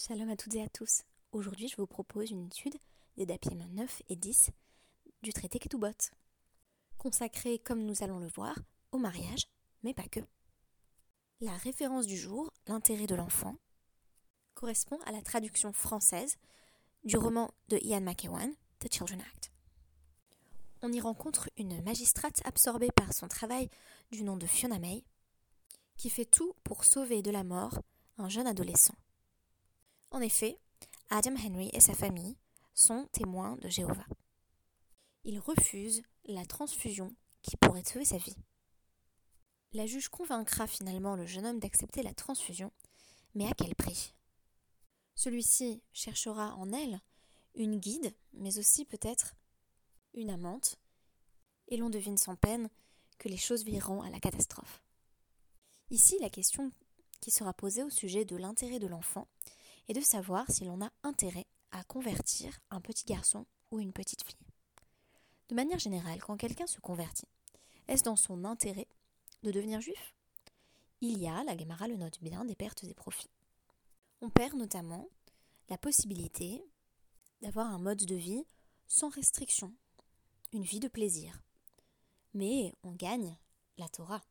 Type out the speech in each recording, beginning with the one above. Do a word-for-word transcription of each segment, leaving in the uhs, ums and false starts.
Shalom à toutes et à tous. Aujourd'hui, je vous propose une étude des dapim neuf et dix du traité Ketubot, consacré, comme nous allons le voir, au mariage, mais pas que. La référence du jour, l'intérêt de l'enfant, correspond à la traduction française du roman de Ian McEwan, The Children Act. On y rencontre une magistrate absorbée par son travail du nom de Fiona May, qui fait tout pour sauver de la mort un jeune adolescent. En effet, Adam Henry et sa famille sont témoins de Jéhovah. Ils refusent la transfusion qui pourrait sauver sa vie. La juge convaincra finalement le jeune homme d'accepter la transfusion, mais à quel prix ? Celui-ci cherchera en elle une guide, mais aussi peut-être une amante, et l'on devine sans peine que les choses vireront à la catastrophe. Ici, la question qui sera posée au sujet de l'intérêt de l'enfant est de savoir si l'on a intérêt à convertir un petit garçon ou une petite fille. De manière générale, quand quelqu'un se convertit, est-ce dans son intérêt de devenir juif ? Il y a, la Gemara le note bien, des pertes et profits. On perd notamment la possibilité d'avoir un mode de vie sans restriction, une vie de plaisir. Mais on gagne la Torah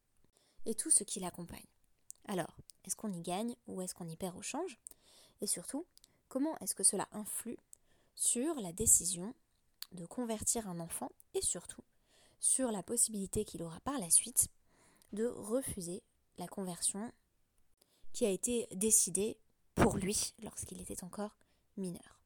et tout ce qui l'accompagne. Alors, est-ce qu'on y gagne ou est-ce qu'on y perd au change ? Et surtout, comment est-ce que cela influe sur la décision de convertir un enfant et surtout sur la possibilité qu'il aura par la suite de refuser la conversion qui a été décidée pour lui lorsqu'il était encore mineur.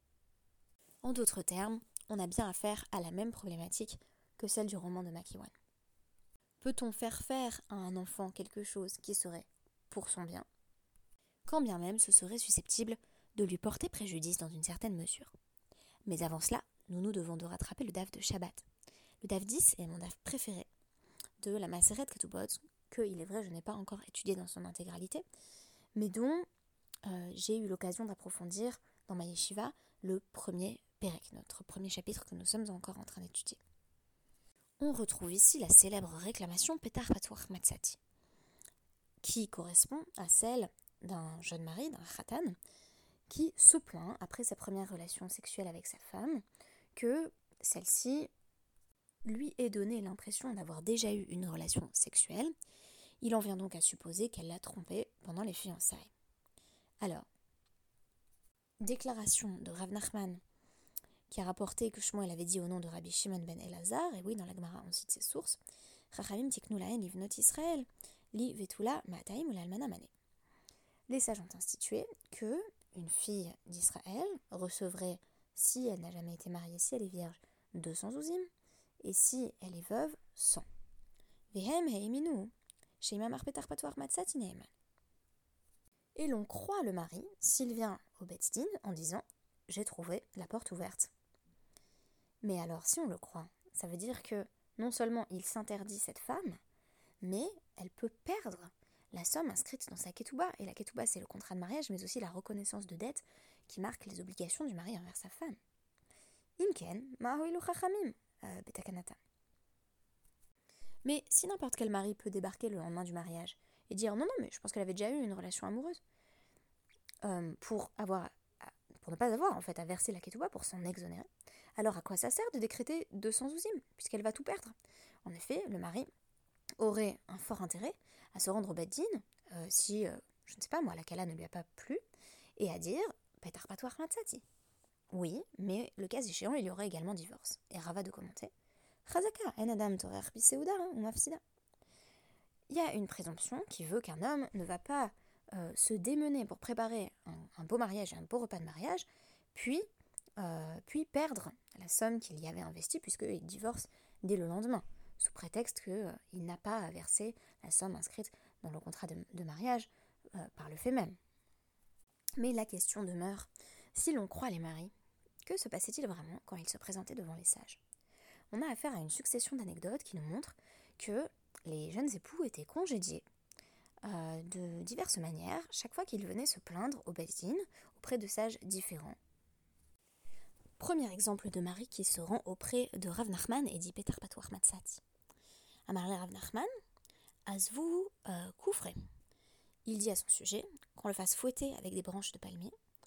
En d'autres termes, on a bien affaire à la même problématique que celle du roman de McEwan. Peut-on faire faire à un enfant quelque chose qui serait pour son bien, quand bien même ce serait susceptible de lui porter préjudice dans une certaine mesure. Mais avant cela, nous nous devons de rattraper le daf de Shabbat. Le daf dix est mon daf préféré de la Maseret Ketubot, que, il est vrai, je n'ai pas encore étudié dans son intégralité, mais dont euh, j'ai eu l'occasion d'approfondir dans ma yeshiva le premier Pérek, notre premier chapitre que nous sommes encore en train d'étudier. On retrouve ici la célèbre réclamation Petar Patuach Matzati, qui correspond à celle d'un jeune mari, d'un khatan, qui se plaint, après sa première relation sexuelle avec sa femme, que celle-ci lui ait donné l'impression d'avoir déjà eu une relation sexuelle. Il en vient donc à supposer qu'elle l'a trompé pendant les fiançailles. Alors, déclaration de Rav Nachman, qui a rapporté que Shmuel avait dit au nom de Rabbi Shimon ben Elazar, et oui, dans la Gemara on cite ses sources, Chachamim tiknu lahen livnot Israël, li vetula ma'ataim ou l'almana mané. Les sages ont institué que une fille d'Israël recevrait, si elle n'a jamais été mariée, si elle est vierge, deux cents ouzim, et si elle est veuve, cent. Vehem heiminu, sheimamar petar patuar matzati neeman. Et l'on croit le mari s'il vient au Beth Din en disant « j'ai trouvé la porte ouverte ». Mais alors, si on le croit, ça veut dire que non seulement il s'interdit cette femme, mais elle peut perdre la somme inscrite dans sa ketouba. Et la ketouba, c'est le contrat de mariage, mais aussi la reconnaissance de dette qui marque les obligations du mari envers sa femme. Imken, ma'hoilu chachamim, betakanata. Mais si n'importe quel mari peut débarquer le lendemain du mariage et dire non, non, mais je pense qu'elle avait déjà eu une relation amoureuse, euh, pour avoir, pour ne pas avoir en fait à verser la ketouba, pour s'en exonérer, alors à quoi ça sert de décréter deux cents ouzim, puisqu'elle va tout perdre ? En effet, le mari aurait un fort intérêt à se rendre au Beth Din, euh, si, euh, je ne sais pas moi, la Kala ne lui a pas plu, et à dire « Petar patuach matzati ». Oui, mais le cas échéant, il y aurait également divorce. Et Rava de commenter « Chazaka, en adam torer biseuda ou mafsida ». Il y a une présomption qui veut qu'un homme ne va pas euh, se démener pour préparer un, un beau mariage et un beau repas de mariage, puis, euh, puis perdre la somme qu'il y avait investie, puisqu'il divorce dès le lendemain, sous prétexte qu'il euh, n'a pas à verser la somme inscrite dans le contrat de, de mariage euh, par le fait même. Mais la question demeure, si l'on croit les maris, que se passait-il vraiment quand ils se présentaient devant les sages ? On a affaire à une succession d'anecdotes qui nous montrent que les jeunes époux étaient congédiés euh, de diverses manières chaque fois qu'ils venaient se plaindre au Beth Din auprès de sages différents. Premier exemple de mari qui se rend auprès de Rav Nachman et dit Petar patuach matzati. Amarle Rav Nachman, azvu koufre. Il dit à son sujet qu'on le fasse fouetter avec des branches de palmier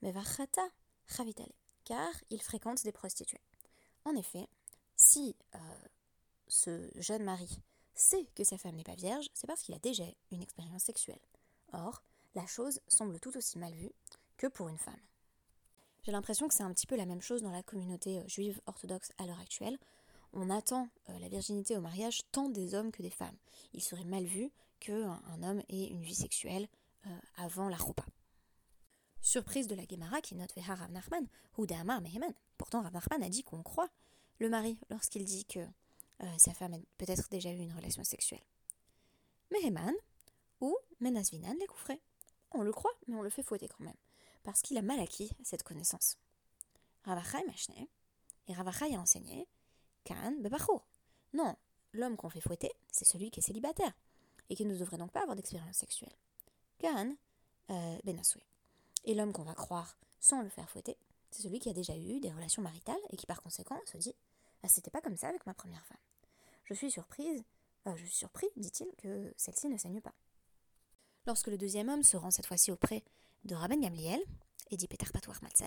mevachata chavitale, car il fréquente des prostituées. En effet, si euh, ce jeune mari sait que sa femme n'est pas vierge, c'est parce qu'il a déjà une expérience sexuelle. Or, la chose semble tout aussi mal vue que pour une femme. J'ai l'impression que c'est un petit peu la même chose dans la communauté euh, juive orthodoxe à l'heure actuelle. On attend euh, la virginité au mariage tant des hommes que des femmes. Il serait mal vu qu'un un homme ait une vie sexuelle euh, avant la choupa. Surprise de la Gemara qui note Veha Rav Nachman, ou Da'amar Meheman. Pourtant, Rav Nachman a dit qu'on croit le mari lorsqu'il dit que euh, sa femme a peut-être déjà eu une relation sexuelle. Meheman ou Menasvinan les coufrait. On le croit, mais on le fait fouetter quand même, parce qu'il a mal acquis cette connaissance. Rav Achai Machne, et Rav Achai a enseigné Kan Bebachour. Non, l'homme qu'on fait fouetter, c'est celui qui est célibataire, et qui ne devrait donc pas avoir d'expérience sexuelle. Kan euh, Benasoué. Et l'homme qu'on va croire sans le faire fouetter, c'est celui qui a déjà eu des relations maritales et qui par conséquent se dit « Ah, c'était pas comme ça avec ma première femme. Je suis surprise, euh, je suis surpris, dit-il, que celle-ci ne saigne pas. » Lorsque le deuxième homme se rend cette fois-ci auprès de Rabban Gamliel et dit « Petar Patoir Matsati »,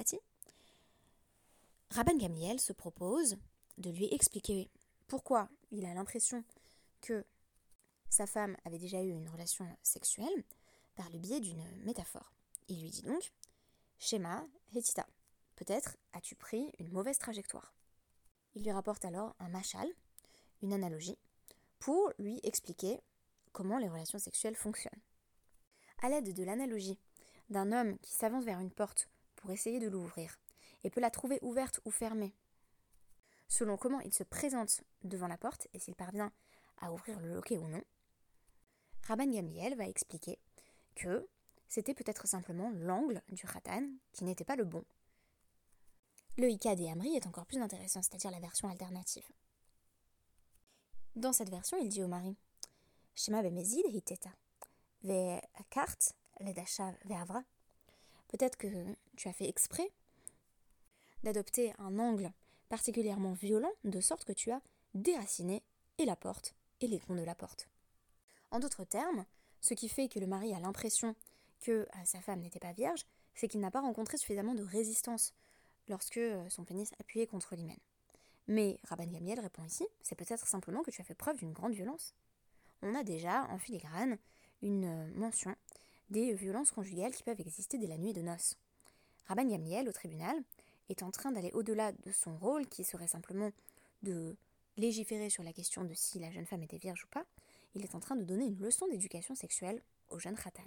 Rabban Gamliel se propose de lui expliquer pourquoi il a l'impression que sa femme avait déjà eu une relation sexuelle par le biais d'une métaphore. Il lui dit donc « Shema hetita » peut-être as-tu pris une mauvaise trajectoire. Il lui rapporte alors un machal, une analogie, pour lui expliquer comment les relations sexuelles fonctionnent. À l'aide de l'analogie d'un homme qui s'avance vers une porte pour essayer de l'ouvrir et peut la trouver ouverte ou fermée, selon comment il se présente devant la porte et s'il parvient à ouvrir le loquet ou non, Rabban Gamliel va expliquer que c'était peut-être simplement l'angle du khatan qui n'était pas le bon. Le Ika des Amri est encore plus intéressant, c'est-à-dire la version alternative. Dans cette version, il dit au mari Shema bemezid hiteta ve akart ledasha ve'avra. Peut-être que tu as fait exprès d'adopter un angle particulièrement violent, de sorte que tu as déraciné et la porte et les gonds de la porte. En d'autres termes, ce qui fait que le mari a l'impression que sa femme n'était pas vierge, c'est qu'il n'a pas rencontré suffisamment de résistance lorsque son pénis appuyait contre l'hymen. Mais Rabban Gamliel répond ici, c'est peut-être simplement que tu as fait preuve d'une grande violence. On a déjà en filigrane une mention des violences conjugales qui peuvent exister dès la nuit de noces. Rabban Gamliel, au tribunal, est en train d'aller au-delà de son rôle, qui serait simplement de légiférer sur la question de si la jeune femme était vierge ou pas. Il est en train de donner une leçon d'éducation sexuelle au jeune khatan.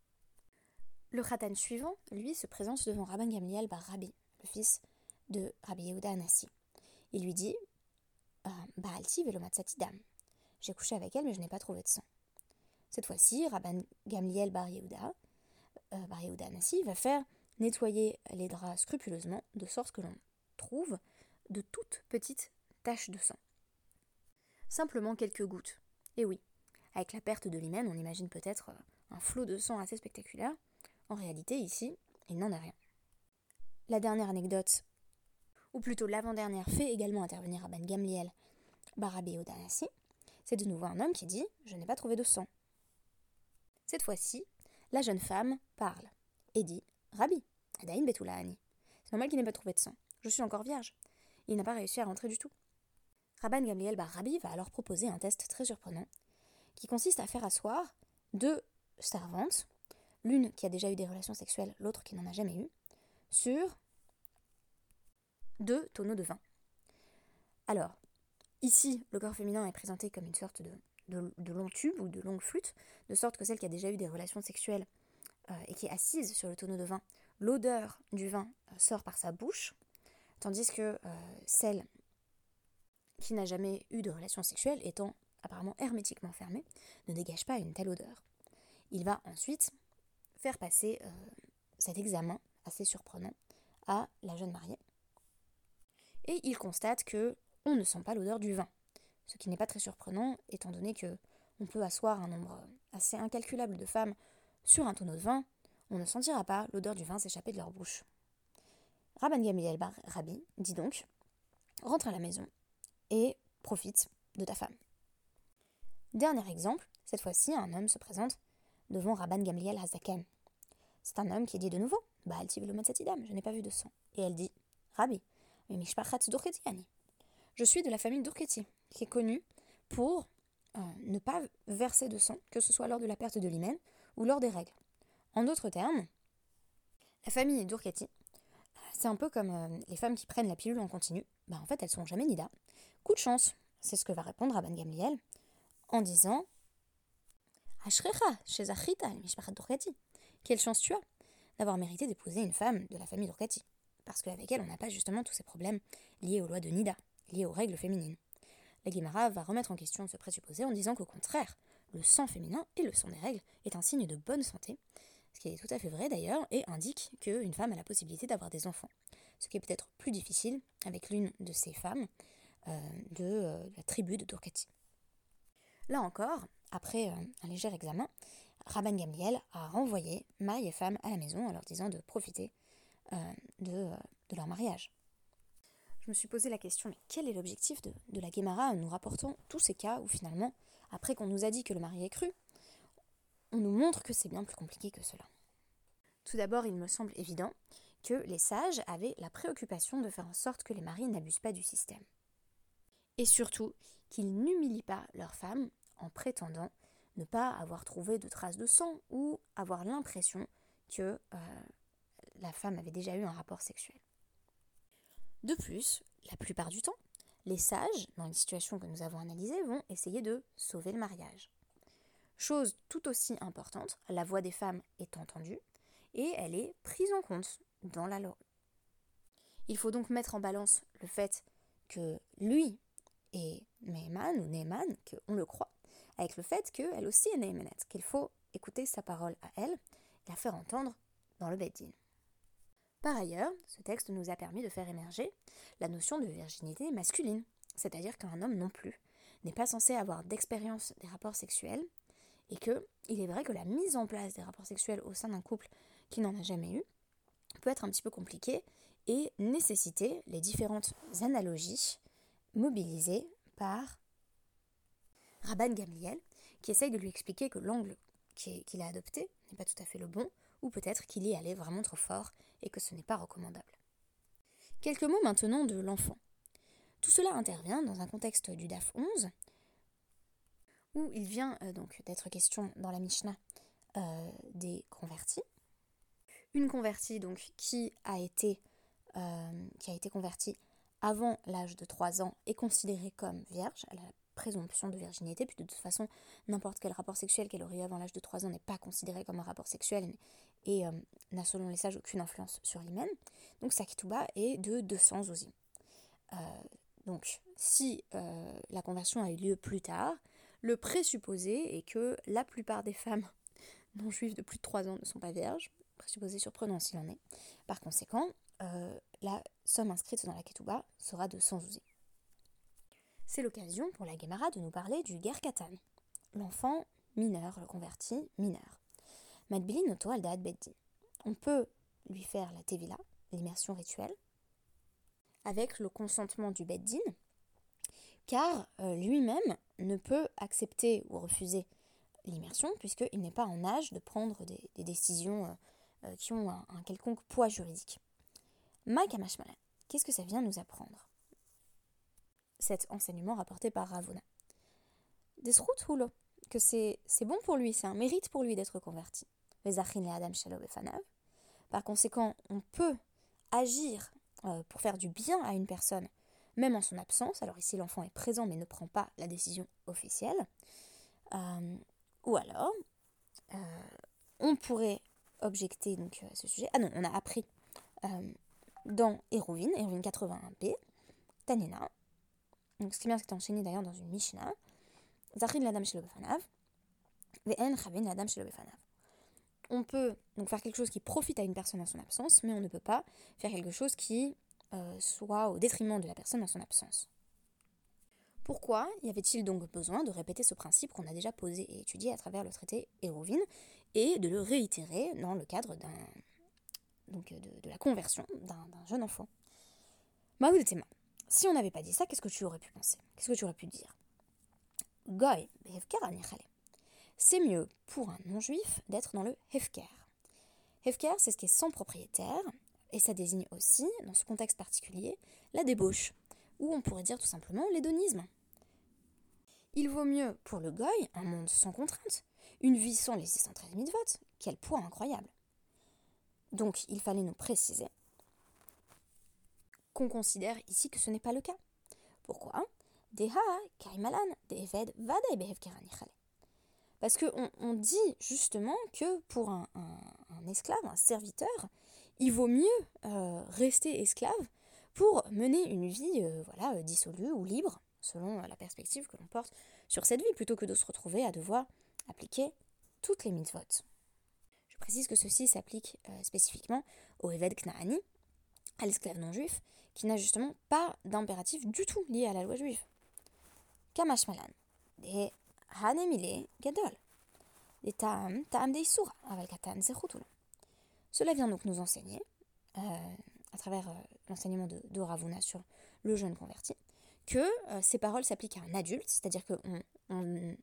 Le khatan suivant, lui, se présente devant Rabban Gamliel bar Rabbi, le fils de Rabbi Yehuda Anassi. Il lui dit « Baalti velo matzati dam » J'ai couché avec elle, mais je n'ai pas trouvé de sang. Cette fois-ci, Rabban Gamliel bar Yehuda, euh, bar Yehuda Anassi va faire nettoyer les draps scrupuleusement, de sorte que l'on trouve de toutes petites taches de sang. Simplement quelques gouttes. Et oui, avec la perte de l'hymen, on imagine peut-être un flot de sang assez spectaculaire. En réalité, ici, il n'en est rien. La dernière anecdote, ou plutôt l'avant-dernière, fait également intervenir Rabban Gamliel bar Rabbi Yehuda Anassi. C'est de nouveau un homme qui dit « Je n'ai pas trouvé de sang ». Cette fois-ci, la jeune femme parle et dit « Rabbi, Adaïn Betulaani, c'est normal qu'il n'ait pas trouvé de sang. Je suis encore vierge. » Il n'a pas réussi à rentrer du tout. Rabban Gamliel bar Rabbi va alors proposer un test très surprenant qui consiste à faire asseoir deux servantes, l'une qui a déjà eu des relations sexuelles, l'autre qui n'en a jamais eu, sur deux tonneaux de vin. Alors, ici, le corps féminin est présenté comme une sorte de, de, de long tube ou de longue flûte, de sorte que celle qui a déjà eu des relations sexuelles euh, et qui est assise sur le tonneau de vin, l'odeur du vin euh, sort par sa bouche, tandis que euh, celle qui n'a jamais eu de relations sexuelles, étant apparemment hermétiquement fermée, ne dégage pas une telle odeur. Il va ensuite faire passer euh, cet examen assez surprenant à la jeune mariée. Et il constate que on ne sent pas l'odeur du vin, ce qui n'est pas très surprenant étant donné que on peut asseoir un nombre assez incalculable de femmes sur un tonneau de vin, on ne sentira pas l'odeur du vin s'échapper de leur bouche. Rabban Gamliel bar Rabbi dit donc « Rentre à la maison et profite de ta femme ». Dernier exemple, cette fois-ci un homme se présente devant Rabban Gamliel Hazaken. c'est un homme qui dit de nouveau, Baal tiv lo matzati dam, je n'ai pas vu de sang. Et elle dit, Rabbi, mais mishpachat d'Urketi ani. Je suis de la famille d'Urketi, qui est connue pour euh, ne pas verser de sang, que ce soit lors de la perte de l'hymen ou lors des règles. En d'autres termes, la famille d'Urketi, c'est un peu comme euh, les femmes qui prennent la pilule en continu. Bah, en fait, elles sont jamais nida. Coup de chance, c'est ce que va répondre Rabban Gamliel en disant Ashrecha, chez Achita, mishpachat d'Urketi. Quelle chance tu as d'avoir mérité d'épouser une femme de la famille d'Urketi. Parce qu'avec elle, on n'a pas justement tous ces problèmes liés aux lois de Nida, liés aux règles féminines. La Guémara va remettre en question ce présupposé en disant qu'au contraire, le sang féminin et le sang des règles est un signe de bonne santé, ce qui est tout à fait vrai d'ailleurs, et indique qu'une femme a la possibilité d'avoir des enfants. Ce qui est peut-être plus difficile avec l'une de ces femmes euh, de euh, la tribu de Urketi. Là encore, après euh, un léger examen, Rabban Gamliel a renvoyé mari et femme à la maison en leur disant de profiter euh, de, euh, de leur mariage. Je me suis posé la question, mais quel est l'objectif de, de la Guémara en nous rapportant tous ces cas où finalement, après qu'on nous a dit que le mari est cru, on nous montre que c'est bien plus compliqué que cela. Tout d'abord, il me semble évident que les sages avaient la préoccupation de faire en sorte que les maris n'abusent pas du système. Et surtout, qu'ils n'humilient pas leurs femmes en prétendant ne pas avoir trouvé de traces de sang ou avoir l'impression que euh, la femme avait déjà eu un rapport sexuel. De plus, la plupart du temps, les sages, dans les situations que nous avons analysées, vont essayer de sauver le mariage. Chose tout aussi importante, la voix des femmes est entendue et elle est prise en compte dans la loi. Il faut donc mettre en balance le fait que lui est Meheman ou Neeman, qu'on le croit, avec le fait qu'elle aussi est Neemanet, qu'il faut écouter sa parole à elle et la faire entendre dans le Beit Din. Par ailleurs, ce texte nous a permis de faire émerger la notion de virginité masculine, c'est-à-dire qu'un homme non plus n'est pas censé avoir d'expérience des rapports sexuels et qu'il est vrai que la mise en place des rapports sexuels au sein d'un couple qui n'en a jamais eu peut être un petit peu compliquée et nécessiter les différentes analogies mobilisées par Rabban Gamliel, qui essaye de lui expliquer que l'angle qu'il a adopté n'est pas tout à fait le bon, ou peut-être qu'il y est allé vraiment trop fort et que ce n'est pas recommandable. Quelques mots maintenant de l'enfant. Tout cela intervient dans un contexte du D A F onze, où il vient euh, donc d'être question dans la Mishnah euh, des convertis. Une convertie donc qui a été, euh, qui a été convertie avant l'âge de trois ans est considérée comme vierge. Elle a la présomption de virginité, puis de toute façon, n'importe quel rapport sexuel qu'elle aurait eu avant l'âge de trois ans n'est pas considéré comme un rapport sexuel et euh, n'a selon les sages aucune influence sur l'hymen. Donc sa ketouba est de deux cents ozim. Euh, donc si euh, la conversion a eu lieu plus tard, le présupposé est que la plupart des femmes non juives de plus de trois ans ne sont pas vierges, présupposé surprenant s'il en est. Par conséquent, euh, la somme inscrite dans la ketouba sera de cent ozim. C'est l'occasion pour la Guémara de nous parler du ger katan, l'enfant mineur, le converti mineur. Madbilin oto al da'at beit din. On peut lui faire la tevila, l'immersion rituelle, avec le consentement du beit din, car euh, lui-même ne peut accepter ou refuser l'immersion, puisqu'il n'est pas en âge de prendre des, des décisions euh, euh, qui ont un, un quelconque poids juridique. Ma kamashmalan, qu'est-ce que ça vient nous apprendre ? Cet enseignement rapporté par Ravuna. Desrout hulo, que c'est, c'est bon pour lui, c'est un mérite pour lui d'être converti. Par conséquent, on peut agir euh, pour faire du bien à une personne, même en son absence. Alors ici, l'enfant est présent mais ne prend pas la décision officielle. Euh, ou alors, euh, on pourrait objecter donc, à ce sujet. Ah non, on a appris euh, dans Eruvin, Eruvin quatre-vingt-un b, Tanina. Donc, ce qui est bien, c'est enseigné d'ailleurs dans une Mishnah. Zachin l'adam shelo befanav, ve'en chavin l'adam shelo befanav. On peut donc faire quelque chose qui profite à une personne en son absence, mais on ne peut pas faire quelque chose qui euh, soit au détriment de la personne en son absence. Pourquoi y avait-il donc besoin de répéter ce principe qu'on a déjà posé et étudié à travers le traité Eruvin et de le réitérer dans le cadre d'un, donc de, de la conversion d'un, d'un jeune enfant ? Maoudetema. Si on n'avait pas dit ça, qu'est-ce que tu aurais pu penser ? Qu'est-ce que tu aurais pu dire ? Goy, behevker anichale. C'est mieux pour un non-juif d'être dans le hefker. Hefker, c'est ce qui est sans propriétaire, et ça désigne aussi, dans ce contexte particulier, la débauche, ou on pourrait dire tout simplement l'hédonisme. Il vaut mieux pour le goy un monde sans contrainte, une vie sans les six cent treize mitzvot. Quel poids incroyable! Donc il fallait nous préciser qu'on considère ici que ce n'est pas le cas. Pourquoi? Deha, karimalan, deved, vadei behefkeran yichale. Parce qu'on on dit justement que pour un, un, un esclave, un serviteur, il vaut mieux euh, rester esclave pour mener une vie euh, voilà, euh, dissolue ou libre, selon la perspective que l'on porte sur cette vie, plutôt que de se retrouver à devoir appliquer toutes les mitzvot. Je précise que ceci s'applique euh, spécifiquement au Eved Knaani, à l'esclave non-juif, qui n'a justement pas d'impératif du tout lié à la loi juive. Kamash malan, des hanemile gadol, des ta'am, ta'am de isura, aval katan zechutula. Cela vient donc nous enseigner, euh, à travers euh, l'enseignement de, de Ravuna sur le jeune converti, que euh, ces paroles s'appliquent à un adulte, c'est-à-dire qu'on on,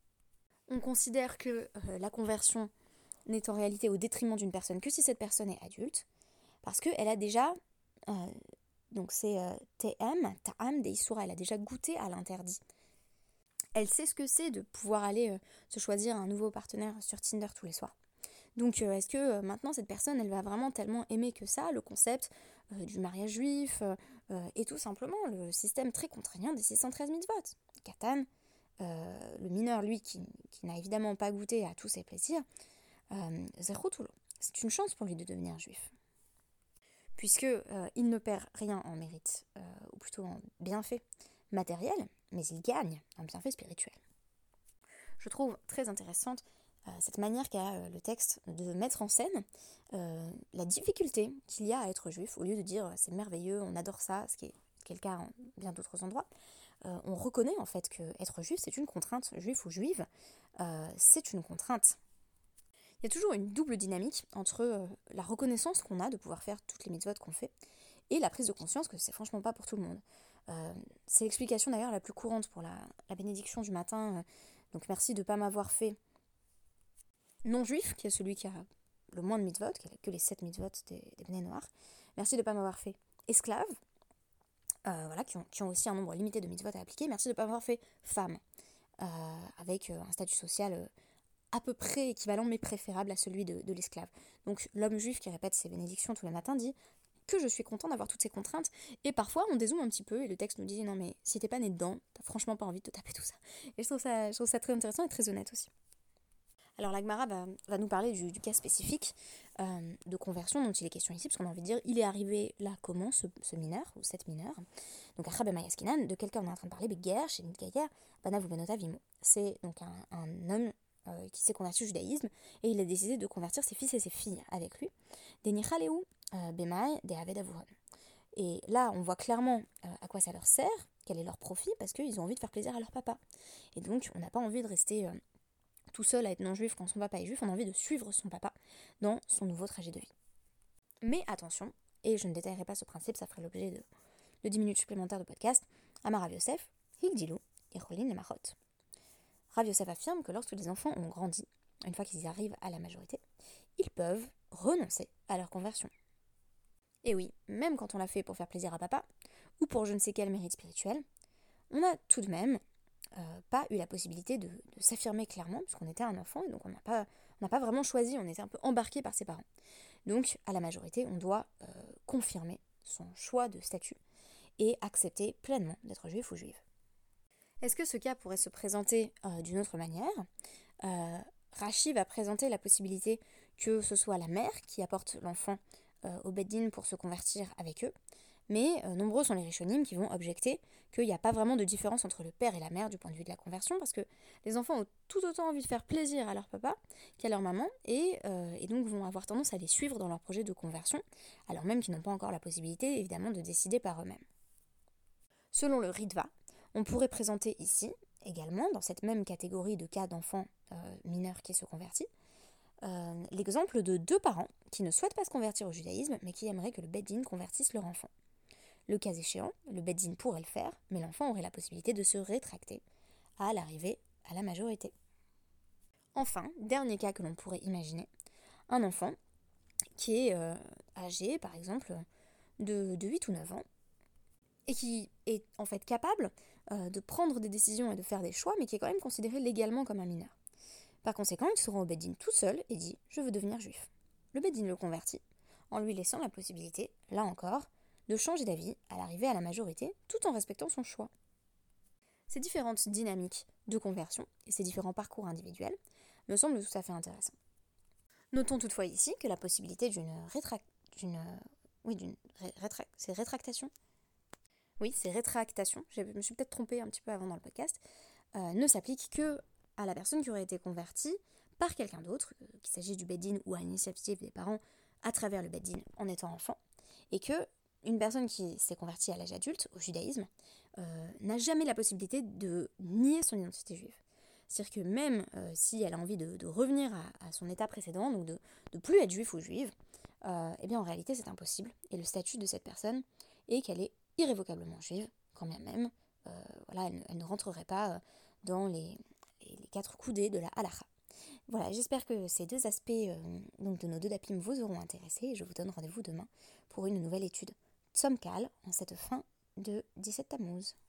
on considère que euh, la conversion n'est en réalité au détriment d'une personne que si cette personne est adulte, parce qu'elle a déjà, euh, donc c'est euh, T M, Ta'am, Deisura, elle a déjà goûté à l'interdit. Elle sait ce que c'est de pouvoir aller euh, se choisir un nouveau partenaire sur Tinder tous les soirs. Donc euh, est-ce que euh, maintenant cette personne, elle va vraiment tellement aimer que ça, le concept euh, du mariage juif, euh, euh, et tout simplement le système très contraignant des six cent treize mitzvot. Katan, euh, le mineur, lui, qui, qui n'a évidemment pas goûté à tous ses plaisirs, euh, Zechutulu, c'est une chance pour lui de devenir juif. Puisque euh, il ne perd rien en mérite, euh, ou plutôt en bienfait matériel, mais il gagne en bienfait spirituel. Je trouve très intéressante euh, cette manière qu'a euh, le texte de mettre en scène euh, la difficulté qu'il y a à être juif, au lieu de dire c'est merveilleux, on adore ça, ce qui est, ce qui est le cas en bien d'autres endroits. Euh, on reconnaît en fait que être juif c'est une contrainte, juif ou juive, euh, c'est une contrainte. Il y a toujours une double dynamique entre euh, la reconnaissance qu'on a de pouvoir faire toutes les mitzvot qu'on fait et la prise de conscience que c'est franchement pas pour tout le monde. Euh, c'est l'explication d'ailleurs la plus courante pour la, la bénédiction du matin. Euh, donc merci de ne pas m'avoir fait non-juif, qui est celui qui a le moins de mitzvot, qui a que les sept mitzvot des, des Bnei Noach. Merci de ne pas m'avoir fait esclave, euh, voilà, qui ont, qui ont aussi un nombre limité de mitzvot à appliquer. Merci de ne pas m'avoir fait femme, euh, avec euh, un statut social euh, à peu près équivalent mais préférable à celui de, de l'esclave. Donc l'homme juif qui répète ses bénédictions tous les matins dit que je suis content d'avoir toutes ces contraintes, et parfois on dézoome un petit peu et le texte nous dit non mais si t'es pas né dedans, t'as franchement pas envie de te taper tout ça. Et je trouve ça, je trouve ça très intéressant et très honnête aussi. Alors la Gemara va, va nous parler du, du cas spécifique euh, de conversion dont il est question ici, parce qu'on a envie de dire il est arrivé là comment ce, ce mineur, ou cette mineure, donc Achab Mayaskinan, de quelqu'un on est en train de parler, Beger, chez Nidgayer, Banav ou Benota Vimo. C'est donc un, un homme euh, qui s'est converti au judaïsme et il a décidé de convertir ses fils et ses filles avec lui. Des Nichaleu, Bemaï, des Aved Avuron. Et là, on voit clairement euh, à quoi ça leur sert, quel est leur profit, parce qu'ils ont envie de faire plaisir à leur papa. Et donc, on n'a pas envie de rester euh, tout seul à être non-juif quand son papa est juif, on a envie de suivre son papa dans son nouveau trajet de vie. Mais attention, et je ne détaillerai pas ce principe, ça ferait l'objet de, de dix minutes supplémentaires de podcast, Amar Rav Yosef, Higdilu, Irolin et Machot. Rav Yosef affirme que lorsque les enfants ont grandi, une fois qu'ils arrivent à la majorité, ils peuvent renoncer à leur conversion. Et oui, même quand on l'a fait pour faire plaisir à papa, ou pour je ne sais quel mérite spirituel, on n'a tout de même euh, pas eu la possibilité de, de s'affirmer clairement, puisqu'on était un enfant, et donc on n'a pas, on n'a pas vraiment choisi, on était un peu embarqué par ses parents. Donc, à la majorité, on doit euh, confirmer son choix de statut et accepter pleinement d'être juif ou juive. Est-ce que ce cas pourrait se présenter euh, d'une autre manière ? euh, Rashi va présenter la possibilité que ce soit la mère qui apporte l'enfant euh, au Beddin pour se convertir avec eux, mais euh, nombreux sont les Rishonim qui vont objecter qu'il n'y a pas vraiment de différence entre le père et la mère du point de vue de la conversion, parce que les enfants ont tout autant envie de faire plaisir à leur papa qu'à leur maman, et, euh, et donc vont avoir tendance à les suivre dans leur projet de conversion, alors même qu'ils n'ont pas encore la possibilité, évidemment, de décider par eux-mêmes. Selon le Ritva, on pourrait présenter ici, également, dans cette même catégorie de cas d'enfants euh, mineurs qui se convertissent, euh, l'exemple de deux parents qui ne souhaitent pas se convertir au judaïsme, mais qui aimeraient que le Beddin convertisse leur enfant. Le cas échéant, le Beddin pourrait le faire, mais l'enfant aurait la possibilité de se rétracter à l'arrivée à la majorité. Enfin, dernier cas que l'on pourrait imaginer, un enfant qui est euh, âgé, par exemple, de, de huit ou neuf ans, et qui est en fait capable euh, de prendre des décisions et de faire des choix, mais qui est quand même considéré légalement comme un mineur. Par conséquent, il se rend au Beth Din tout seul et dit « je veux devenir juif ». Le Beth Din le convertit, en lui laissant la possibilité, là encore, de changer d'avis à l'arrivée à la majorité, tout en respectant son choix. Ces différentes dynamiques de conversion et ces différents parcours individuels me semblent tout à fait intéressants. Notons toutefois ici que la possibilité d'une rétrac... d'une... Oui, d'une ré- rétrac... c'est rétractation Oui, c'est rétractation, je me suis peut-être trompée un petit peu avant dans le podcast, euh, ne s'applique que à la personne qui aurait été convertie par quelqu'un d'autre, euh, qu'il s'agisse du Beth Din ou à l'initiative des parents à travers le Beth Din en étant enfant, et que une personne qui s'est convertie à l'âge adulte, au judaïsme, euh, n'a jamais la possibilité de nier son identité juive. C'est-à-dire que même euh, si elle a envie de, de revenir à, à son état précédent, donc de ne plus être juif ou juive, euh, eh bien en réalité c'est impossible. Et le statut de cette personne est qu'elle est irrévocablement juive, quand bien même, euh, voilà, elle, elle ne rentrerait pas euh, dans les, les quatre coudées de la halakha. Voilà, j'espère que ces deux aspects euh, donc de nos deux dapim vous auront intéressé et je vous donne rendez-vous demain pour une nouvelle étude Tzom Kal en cette fin de dix-sept Tammuz.